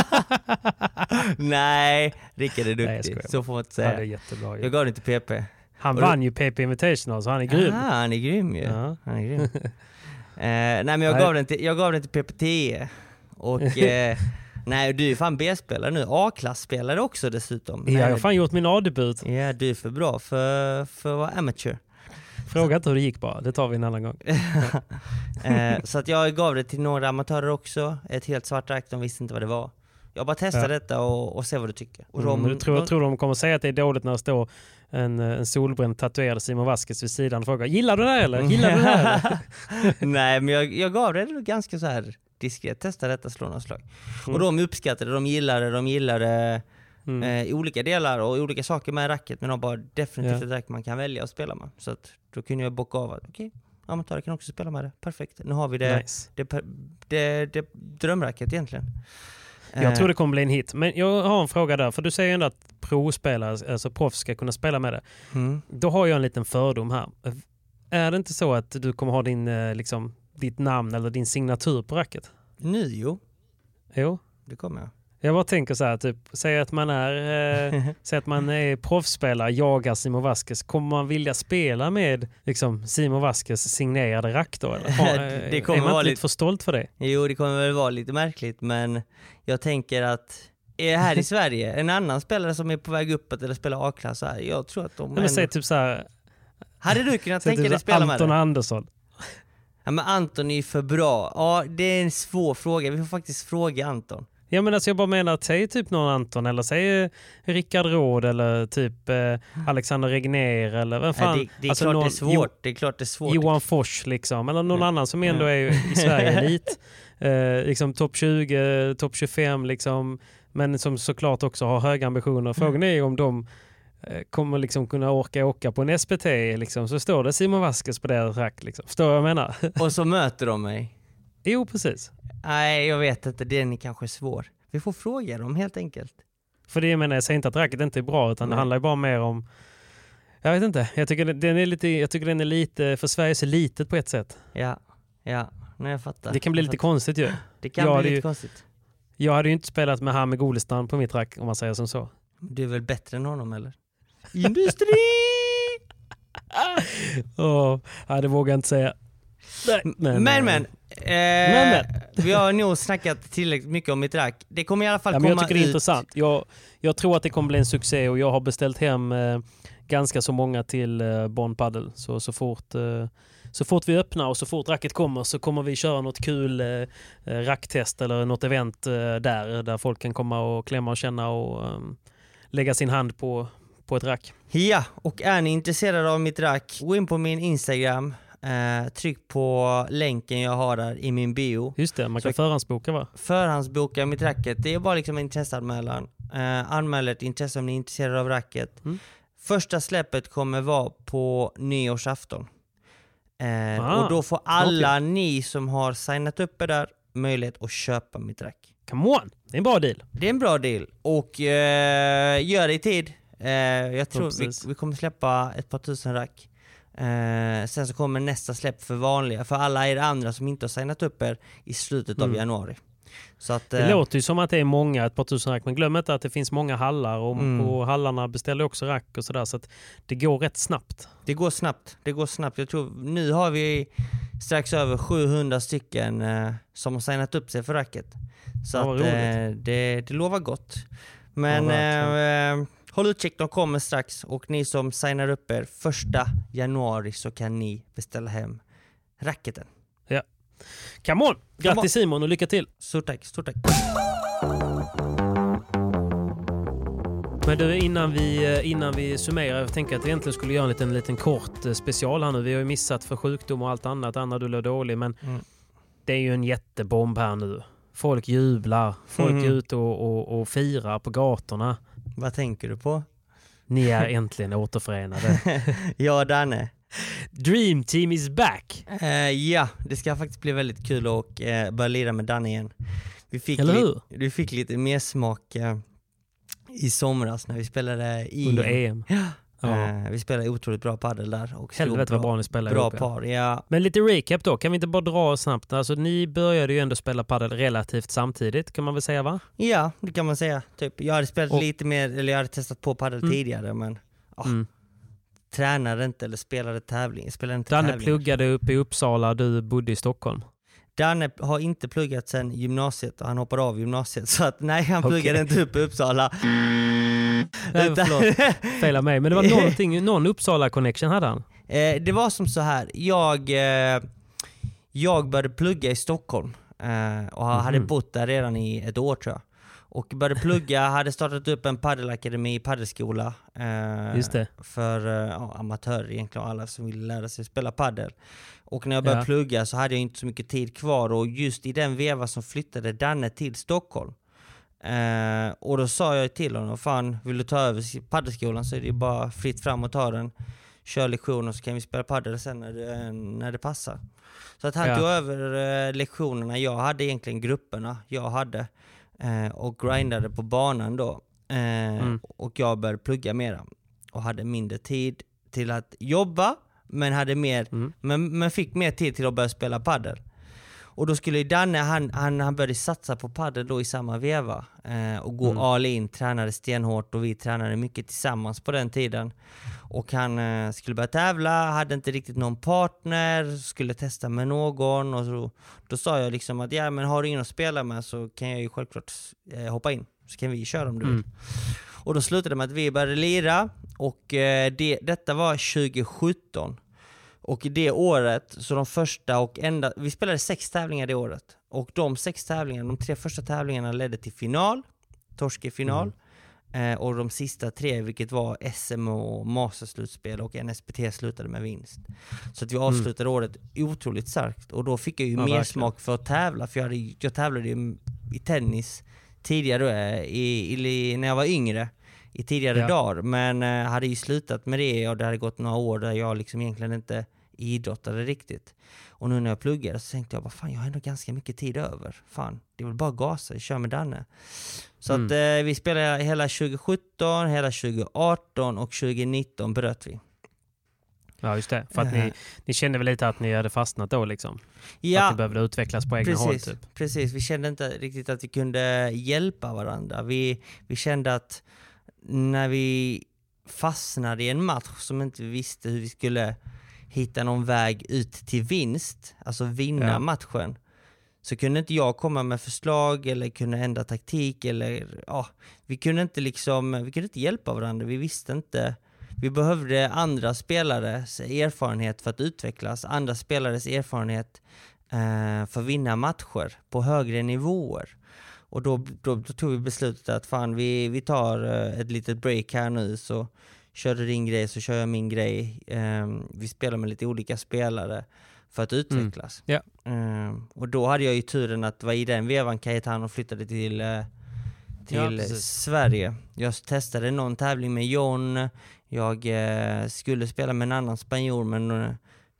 Nej, Rickard är duktig. Nej, så får man inte säga. Ja, det är jättebra. Jag gav det till PP. Han vann ju PP Invitational, så han är grym. Han är grym ju. Ja. Han är grym. Nej, men jag gav den till PP10. Och nej, du är fan B-spelare nu. A-klassspelare också dessutom. Ja, jag har fan gjort min A-debut. Ja, du är för bra för att vara amateur. Fråga inte hur det gick bara, det tar vi en annan gång. Så att jag gav det till några amatörer också. Ett helt svart rack, de visste inte vad det var. Jag bara testade detta och se vad du tycker. Och jag tror de kommer säga att det är dåligt när det står en solbränd tatuerad Simon Vasquez vid sidan och frågar, gillar du det här eller? Gillar du det här? Nej, men jag gav det ganska så här diskret. Testa detta, slå något slag. Och de uppskattade, de gillade i olika delar och olika saker med racket, men de bara definitivt ett rack man kan välja att spela med. Så att då kunde jag bocka av att amatörer kan också spela med det. Perfekt. Nu har vi det, nice. det drömracket egentligen. Jag tror det kommer bli en hit. Men jag har en fråga där, för du säger ändå att pro-spelare, alltså proffs, ska kunna spela med det. Då har jag en liten fördom här. Är det inte så att du kommer ha ditt namn eller din signatur på racket? Nu jo. Jo. Det kommer jag. Jag bara tänker så här, typ, säg att man är proffsspelare, jagar Simon Vasquez. Kommer man vilja spela med Simon Vasquez signerade rack då? Eller? Det kommer är man vara lite för stolt för det? Jo, det kommer väl vara lite märkligt, men jag tänker att här i Sverige, en annan spelare som är på väg uppåt eller spelar A-klass, jag tror att de... Men säg typ så här... Hade du kunnat tänka dig spela med Anton Andersson? Ja, men Anton är ju för bra. Ja, det är en svår fråga. Vi får faktiskt fråga Anton. Ja, men alltså jag bara menar att säg typ någon Anton eller säg Rickard Råd eller typ Alexander Regner eller vem fan. Nej, det är klart det är svårt. Det är klart det är svårt. Johan Fors eller någon annan som ändå är i Sverige elit. Topp 20, topp 25 men som såklart också har höga ambitioner. Frågan är om de kommer kunna åka på en SPT så står det Simon Vasquez på deras rack Förstår vad jag menar? Och så möter de mig. Jo, precis. Nej, jag vet inte. Den är kanske svår. Vi får fråga dem helt enkelt. För det jag säger inte att racket inte är bra, utan det handlar ju bara mer om... Jag vet inte. Jag tycker den är lite... För Sverige är så litet på ett sätt. Ja. Nej, jag fattar. Det kan bli lite konstigt ju. Det kan bli lite konstigt. Jag hade ju inte spelat med Hami Golestan på mitt rack, om man säger som så. Du är väl bättre än honom, eller? Industri! Ja, det vågar jag inte säga. Men. Vi har nog snackat tillräckligt mycket om mitt rack. Det kommer i alla fall komma ut. Jag tycker det är intressant. Jag tror att det kommer bli en succé och jag har beställt hem ganska så många till Bond Padel. Så fort vi öppnar och så fort racket kommer så kommer vi köra något kul racktest eller något event där folk kan komma och klämma och känna och lägga sin hand på ett rack. Ja, och är ni intresserade av mitt rack, gå in på min Instagram. Tryck på länken jag har där i min bio. Just det, man kan förhandsboka, va? Förhandsboka mitt racket. Det är bara liksom en intresseanmälan. Anmäl ett intresse om ni är intresserade av racket. Första släppet kommer vara på nyårsafton. Och då får alla ni som har signat upp er där möjlighet att köpa mitt rack. Come on, det är en bra deal. Det är en bra deal. Och gör det i tid. Jag tror vi kommer släppa ett par tusen rack. Sen så kommer nästa släpp för alla er andra som inte har signat upp er i slutet av januari. Så att, det låter ju som att det är många, ett par tusen rack, men glöm inte att det finns många hallar och hallarna beställer också rack och sådär, så att det går rätt snabbt. Det går snabbt. Jag tror nu har vi strax över 700 stycken som har signat upp sig för racket. Så att det lovar gott. Men håll utkik, de kommer strax, och ni som signar upp er 1 januari så kan ni beställa hem racketen. Ja. Come on! Grattis Simon och lycka till! Stort tack. Men du, innan vi summerar, jag tänker att vi egentligen skulle göra en liten kort special här nu. Vi har ju missat för sjukdom och allt annat. Anna, du lär dålig, men det är ju en jättebomb här nu. Folk jublar, folk är ute och firar på gatorna. Vad tänker du på? Ni är äntligen återförenade. Ja, Danne. Dream Team is back. Ja, det ska faktiskt bli väldigt kul att börja lira med Danne igen. Vi fick lite mer smak i somras när vi spelade under EM. Vi spelade otroligt bra paddel där. Och helvete vad bra ni spelade bra ihop, par, ja. Men lite recap då, kan vi inte bara dra snabbt? Alltså, ni började ju ändå spela paddel relativt samtidigt, kan man väl säga, va? Ja, det kan man säga. Typ. Jag hade spelat lite mer, eller jag hade testat på paddel tidigare, men tränade inte eller spelade tävling. Danne pluggade upp i Uppsala, du bodde i Stockholm. Danne har inte pluggat sedan gymnasiet och han hoppade av gymnasiet, så att nej, han pluggade inte upp i Uppsala. Nej, förlåt. Failar mig. Men det var någon Uppsala-connection hade han. Det var som så här. Jag började plugga i Stockholm och hade bott där redan i ett år, tror jag. Och började plugga, hade startat upp en paddelakademi, paddelskola. Just det. För amatörer egentligen, alla som vill lära sig spela paddel. Och när jag började plugga så hade jag inte så mycket tid kvar, och just i den veva som flyttade Danne till Stockholm. Och då sa jag till honom, fan, vill du ta över paddelskolan så är det bara fritt fram och ta den. Kör lektioner så kan vi spela paddel sen när det passar. Så att han tog över lektionerna. Jag hade egentligen grupperna jag hade och grindade på banan då. Och jag började plugga mera och hade mindre tid till att jobba, men hade mer men fick mer tid till att börja spela paddel. Och då skulle Danne, han började satsa på paddel då i samma veva och gå all in, tränade stenhårt, och vi tränade mycket tillsammans på den tiden. Och han skulle börja tävla, hade inte riktigt någon partner, skulle testa med någon, och då sa jag liksom att men har du ingen att spela med så kan jag ju självklart hoppa in, så kan vi köra om du vill. Och då slutade det med att vi började lira, och detta var 2017. Och det året, så de första och enda, vi spelade 6 tävlingar det året. Och de 6 tävlingarna, de 3 första tävlingarna ledde till final, torskefinal. Och de sista 3, vilket var SM och masterslutspel och NSPT, slutade med vinst. Så att vi avslutade året otroligt starkt. Och då fick jag ju mer smak för att tävla. För jag tävlade ju i tennis tidigare när jag var yngre, i tidigare dagar. Men hade ju slutat med det, och det hade gått några år där jag liksom egentligen inte idrottade riktigt. Och nu när jag pluggade så tänkte jag bara, fan, jag har ändå ganska mycket tid över. Fan, det är väl bara gasa, kör med Danne. Så att vi spelade hela 2017, hela 2018 och 2019 bröt vi. Ja, just det. För att ni kände väl lite att ni hade fastnat då liksom? Ja. Att ni behövde utvecklas på egna håll typ? Precis, vi kände inte riktigt att vi kunde hjälpa varandra. Vi kände att när vi fastnade i en match som inte vi visste hur vi skulle hitta någon väg ut till vinst, alltså vinna matchen, så kunde inte jag komma med förslag eller kunna ändra taktik eller vi kunde inte hjälpa varandra. Vi visste inte. Vi behövde andra spelares erfarenhet för att utvecklas, andra spelares erfarenhet för att vinna matcher på högre nivåer. Och då tog vi beslutet att fan, vi tar ett litet break här nu, så kör du din grej så kör jag min grej. Vi spelar med lite olika spelare för att utvecklas. Och då hade jag ju turen att vara i den vevan Cayetano flyttade till Sverige. Jag testade någon tävling med John. Jag skulle spela med en annan spanjor, men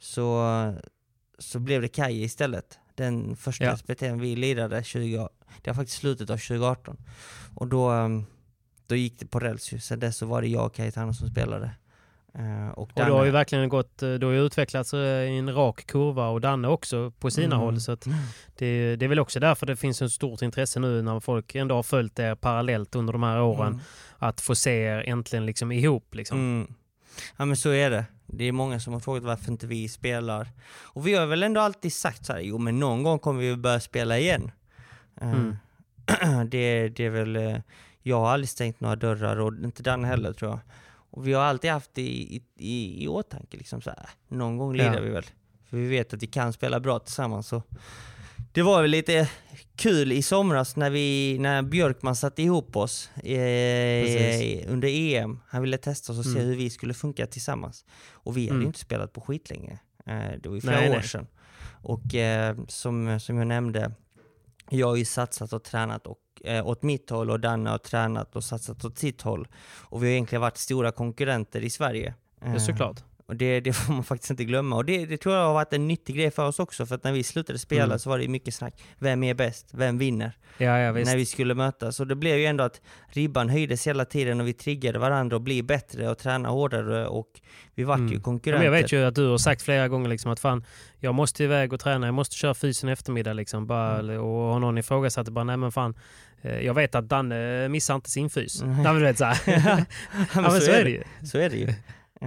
så blev det Kaje istället. Den första SPT:n vi lirade det var faktiskt slutet av 2018. Och då gick det på räls. Så där så var det jag och Cayetano som spelade. Och du har ju verkligen du har ju utvecklats i en rak kurva, och Danne också på sina håll. Så att det är väl också därför det finns ett stort intresse nu när folk ändå har följt det parallellt under de här åren, att få se er äntligen liksom ihop. Liksom. Ja, men så är det. Det är många som har frågat varför inte vi spelar. Och vi har väl ändå alltid sagt så här, jo men någon gång kommer vi börja spela igen. Det är väl, jag har aldrig stängt några dörrar, och inte Danne heller tror jag. Och vi har alltid haft i åtanke liksom så här, någon gång lirar vi väl. För vi vet att vi kan spela bra tillsammans. Så det var väl lite kul i somras när Björkman satte ihop oss under EM. Han ville testa oss och se hur vi skulle funka tillsammans. Och vi hade ju inte spelat på skit länge. Det var ju flera år sedan. Och som jag nämnde, jag har ju satsat och tränat åt mitt håll, och Danne har tränat och satsat åt sitt håll. Och vi har egentligen varit stora konkurrenter i Sverige. Såklart. Och det får man faktiskt inte glömma. Och det tror jag har varit en nyttig grej för oss också. För att när vi slutade spela så var det mycket snack. Vem är bäst? Vem vinner? Ja, visst. När vi skulle mötas. Så det blev ju ändå att ribban höjdes hela tiden, och vi triggade varandra och bli bättre och träna hårdare, och vi var ju konkurrenter. Jag vet ju att du har sagt flera gånger liksom att fan, jag måste iväg och träna, jag måste köra fysen eftermiddag liksom, bara, och har någon ifrågasatt bara, nej men fan, jag vet att Danne missar inte sin fys. Nej, du vet så här. Men så är det ju. Så är det ju.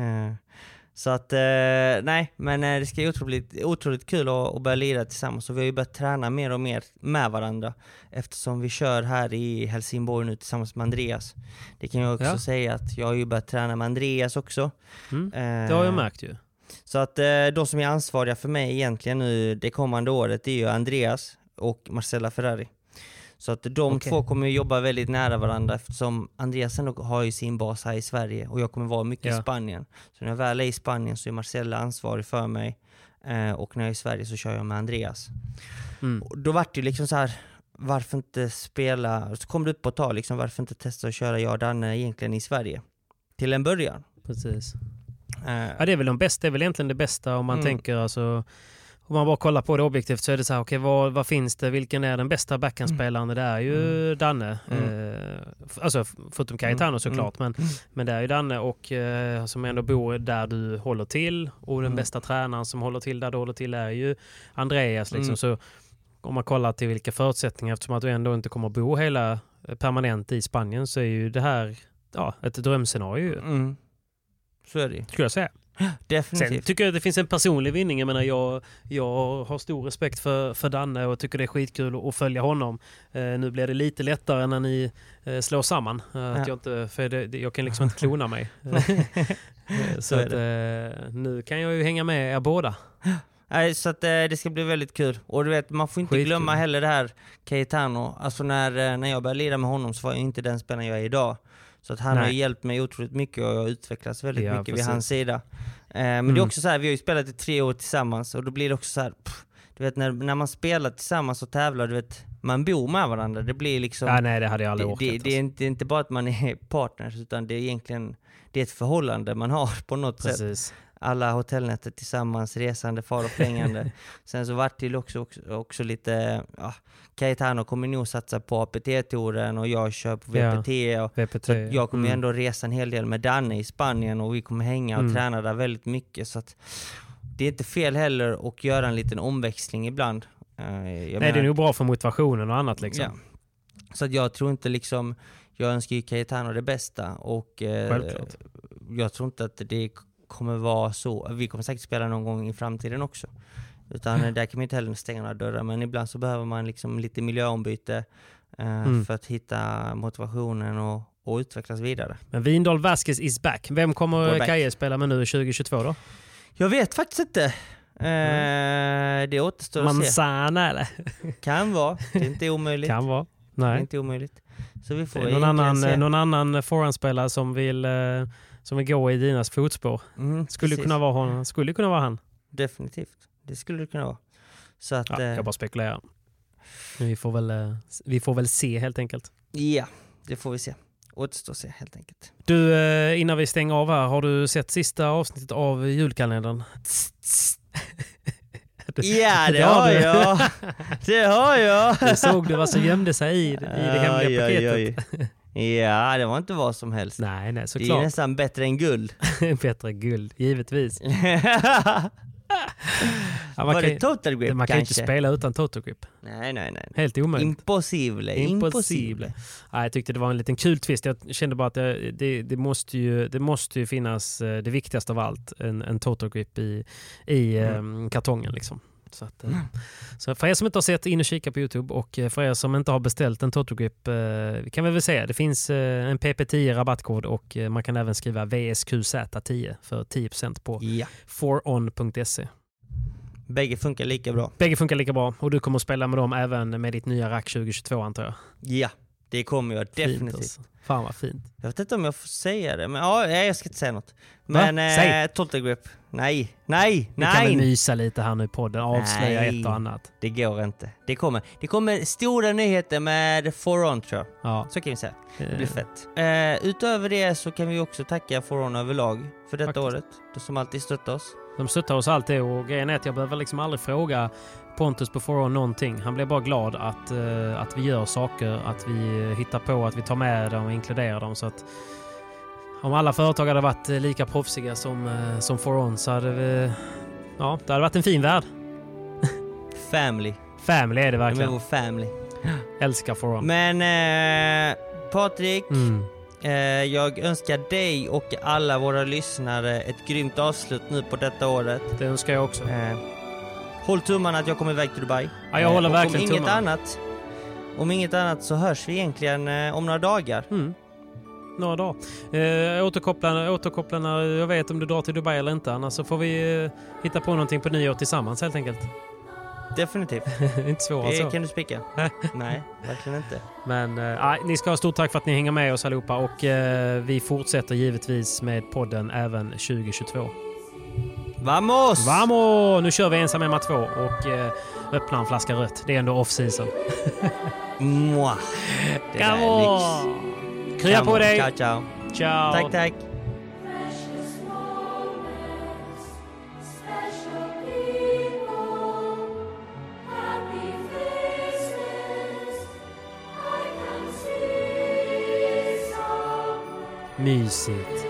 Så att, nej, men det ska ju otroligt kul att börja lira tillsammans. Och vi har ju börjat träna mer och mer med varandra, eftersom vi kör här i Helsingborg nu tillsammans med Andreas. Det kan jag också säga, att jag har ju börjat träna med Andreas också. Det har jag märkt ju. Så att de som är ansvariga för mig egentligen nu det kommande året är ju Andreas och Marcella Ferrari. Så att de två kommer jobba väldigt nära varandra, eftersom Andreas har ju sin bas här i Sverige och jag kommer vara mycket i Spanien. Så när jag väl är i Spanien så är Marcella ansvarig för mig, och när jag är i Sverige så kör jag med Andreas. Och då var det ju liksom så här, varför inte spela, så kom det upp på tal liksom, varför inte testa att köra jag och Danne egentligen i Sverige till en början. Precis. Ja, det är väl det är väl egentligen det bästa om man tänker, alltså, om man bara kollar på det objektivt så är det så här, okej, vad finns det, vilken är den bästa backhandspelaren? Det är ju Danne. Alltså förutom Cayetano såklart, men det är ju Danne, och som ändå bor där du håller till, och den bästa tränaren som håller till där du håller till är ju Andreas liksom. Så om man kollar till vilka förutsättningar, eftersom att du ändå inte kommer att bo hela permanent i Spanien, så är ju det här ett drömscenario. Så är det. Skulle jag säga. Definitivt. Sen tycker jag att det finns en personlig vinning. Jag menar, jag har stor respekt för Danne och tycker det är skitkul att följa honom. Nu blir det lite lättare när ni slår samman. Att jag kan liksom inte klona mig. Så att, nu kan jag ju hänga med er båda. Nej, så att det ska bli väldigt kul. Och du vet, man får inte glömma heller det här Cayetano. Alltså när jag började lira med honom så var jag inte den spelaren jag är idag. Så att han har hjälpt mig otroligt mycket, och jag har utvecklats väldigt mycket vid hans sida. Men det är också så här, vi har ju spelat i 3 år tillsammans, och då blir det också så här, du vet, när man spelar tillsammans och tävlar, du vet, man bor med varandra, det blir liksom... nej, det hade jag aldrig orkat. Det är inte bara att man är partners, utan det är egentligen ett förhållande man har på något sätt. Alla hotellnätter tillsammans, resande, far och flängande. Sen så vart det också lite... Cayetano kommer nog satsa på APT-touren, och jag kör på VPT. Så jag kommer ändå resa en hel del med Danne i Spanien, och vi kommer hänga och träna där väldigt mycket. Så att det är inte fel heller att göra en liten omväxling ibland. Nej, det är nog bra för motivationen och annat liksom. Ja. Så att jag tror inte liksom... Jag önskar ju Cayetano det bästa, och självklart. Jag tror inte att det kommer vara så. Vi kommer säkert spela någon gång i framtiden också. Utan där kan man inte heller stänga några dörrar. Men ibland så behöver man liksom lite miljöombyte för att hitta motivationen och utvecklas vidare. Men Vindal Vasquez is back. Vem kommer Kaje spela med nu 2022 då? Jag vet faktiskt inte. Det återstår att se. Manzana eller? Kan vara. Det är inte omöjligt. Kan vara. Nej. Det är inte omöjligt. Så vi får någon annan forehandspelare som vill gå i dinas fotspår. Skulle kunna vara han. Definitivt. Det skulle det kunna vara. Så att, jag bara spekulerar. Vi får väl se helt enkelt. Ja, det får vi se. Återstår se helt enkelt. Du, innan vi stänger av här, har du sett sista avsnittet av julkalendern? Ja, det har jag. Det har jag. Du såg det vad som gömde sig i det hemliga paketet. Ja, det var inte vad som helst. Nej, såklart. Det är nästan bättre än guld. Bättre än guld, givetvis. Var det Total Grip man kan inte spela utan Total Grip. Nej. Helt omöjligt. Impossible. Ja, jag tyckte det var en liten kul twist. Jag kände bara att det måste ju finnas det viktigaste av allt. En Total Grip i kartongen liksom. Så för er som inte har sett, in och kika på YouTube, och för er som inte har beställt en Total Grip, kan vi väl säga, det finns en PP10 rabattkod och man kan även skriva VSQZ10 för 10% på foron.se. Bägge funkar lika bra. Och du kommer att spela med dem även med ditt nya rack 2022 antar jag. Ja, det kommer jag definitivt. Alltså. Fan vad fint. Jag vet inte om jag får säga det, men jag ska inte säga något. Men Total Grip, nej. Vi kan väl mysa lite här nu i podden, avslöja ett och annat. Det går inte. Det kommer stora nyheter med Foron, tror jag. Ja. Så kan vi säga. Det blir fett. Utöver det så kan vi också tacka Foron överlag för detta året. Som alltid stöttar oss. De stöttar oss alltid, och grejen är att jag behöver liksom aldrig fråga Pontus på Foron någonting. Han blir bara glad att vi gör saker, att vi hittar på, att vi tar med dem och inkluderar dem. Så att om alla företag hade varit lika proffsiga som Foron, så hade det hade varit en fin värld. Family är det verkligen. Det är vår family. Älskar Foron. Men Patrik, jag önskar dig och alla våra lyssnare ett grymt avslut nu på detta året. Det önskar jag också. Håll tummarna att jag kommer iväg till Dubai. Ja, jag håller verkligen tummarna. Om inget annat så hörs vi egentligen om några dagar. Några dagar. Återkoppla när jag vet om du drar till Dubai eller inte. Annars så får vi hitta på någonting på nyår tillsammans helt enkelt. Definitivt. Inte svårt det alltså. Kan du spika. Nej, verkligen inte. Men ni ska ha stort tack för att ni hänger med oss allihopa. Och vi fortsätter givetvis med podden även 2022. Vamos! Nu kör vi ensam Emma 2 och öppnar en flaska rött. Det är ändå off-season. Mwah. Det Come är lyx. Krya på dig. Ciao. Tack. Mysigt.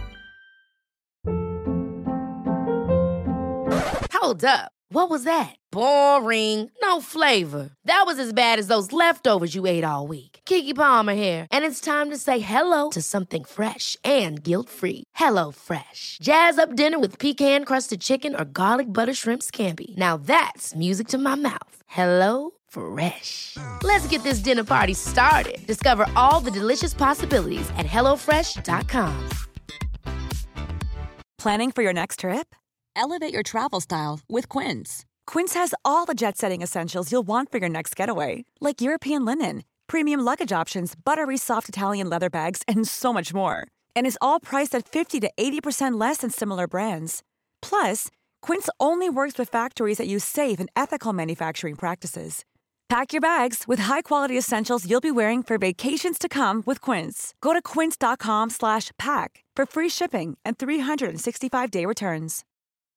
Hold up. What was that? Boring. No flavor. That was as bad as those leftovers you ate all week. Keke Palmer here. And it's time to say hello to something fresh and guilt-free. Hello Fresh. Jazz up dinner with pecan-crusted chicken or garlic butter shrimp scampi. Now that's music to my mouth. Hello Fresh. Let's get this dinner party started. Discover all the delicious possibilities at hellofresh.com. Planning for your next trip? Elevate your travel style with Quince. Quince has all the jet-setting essentials you'll want for your next getaway, like European linen, premium luggage options, buttery soft Italian leather bags, and so much more. And is all priced at 50 to 80% less than similar brands. Plus, Quince only works with factories that use safe and ethical manufacturing practices. Pack your bags with high-quality essentials you'll be wearing for vacations to come with Quince. Go to quince.com/pack for free shipping and 365-day returns.